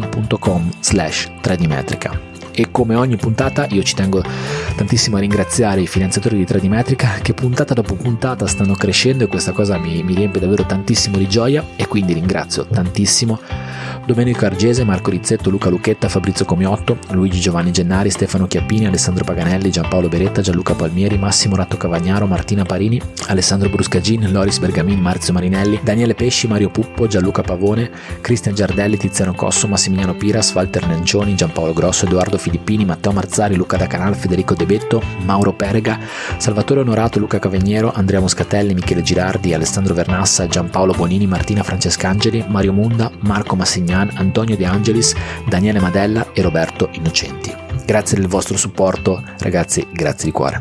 Speaker 1: patreon.com/3dmetrica. E come ogni puntata io ci tengo tantissimo a ringraziare i finanziatori di 3D Metrica che puntata dopo puntata stanno crescendo e questa cosa mi riempie davvero tantissimo di gioia, e quindi ringrazio tantissimo Domenico Argese, Marco Rizzetto, Luca Lucchetta, Fabrizio Comiotto, Luigi Giovanni Gennari, Stefano Chiappini, Alessandro Paganelli, Giampaolo Beretta, Gianluca Palmieri, Massimo Ratto Cavagnaro, Martina Parini, Alessandro Bruscagin, Loris Bergamin, Marzio Marinelli, Daniele Pesci, Mario Puppo, Gianluca Pavone, Cristian Giardelli, Tiziano Cosso, Massimiliano Piras, Walter Nencioni, Giampaolo Grosso, Edoardo Filippini, Matteo Marzari, Luca Da Canal, Federico De Betto, Mauro Perega, Salvatore Onorato, Luca Cavagnero, Andrea Moscatelli, Michele Girardi, Alessandro Vernassa, Giampaolo Bonini, Martina Francescangeli, Mario Munda, Marco Massignan, Antonio De Angelis, Daniele Madella e Roberto Innocenti. Grazie del vostro supporto, ragazzi, grazie di cuore.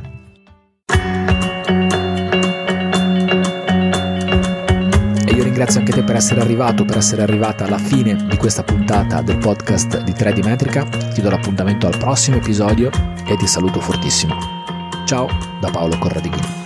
Speaker 1: E io ringrazio anche te per essere arrivata alla fine di questa puntata del podcast di 3D Metrica. Ti do l'appuntamento al prossimo episodio e ti saluto fortissimo. Ciao da Paolo Corradeghini.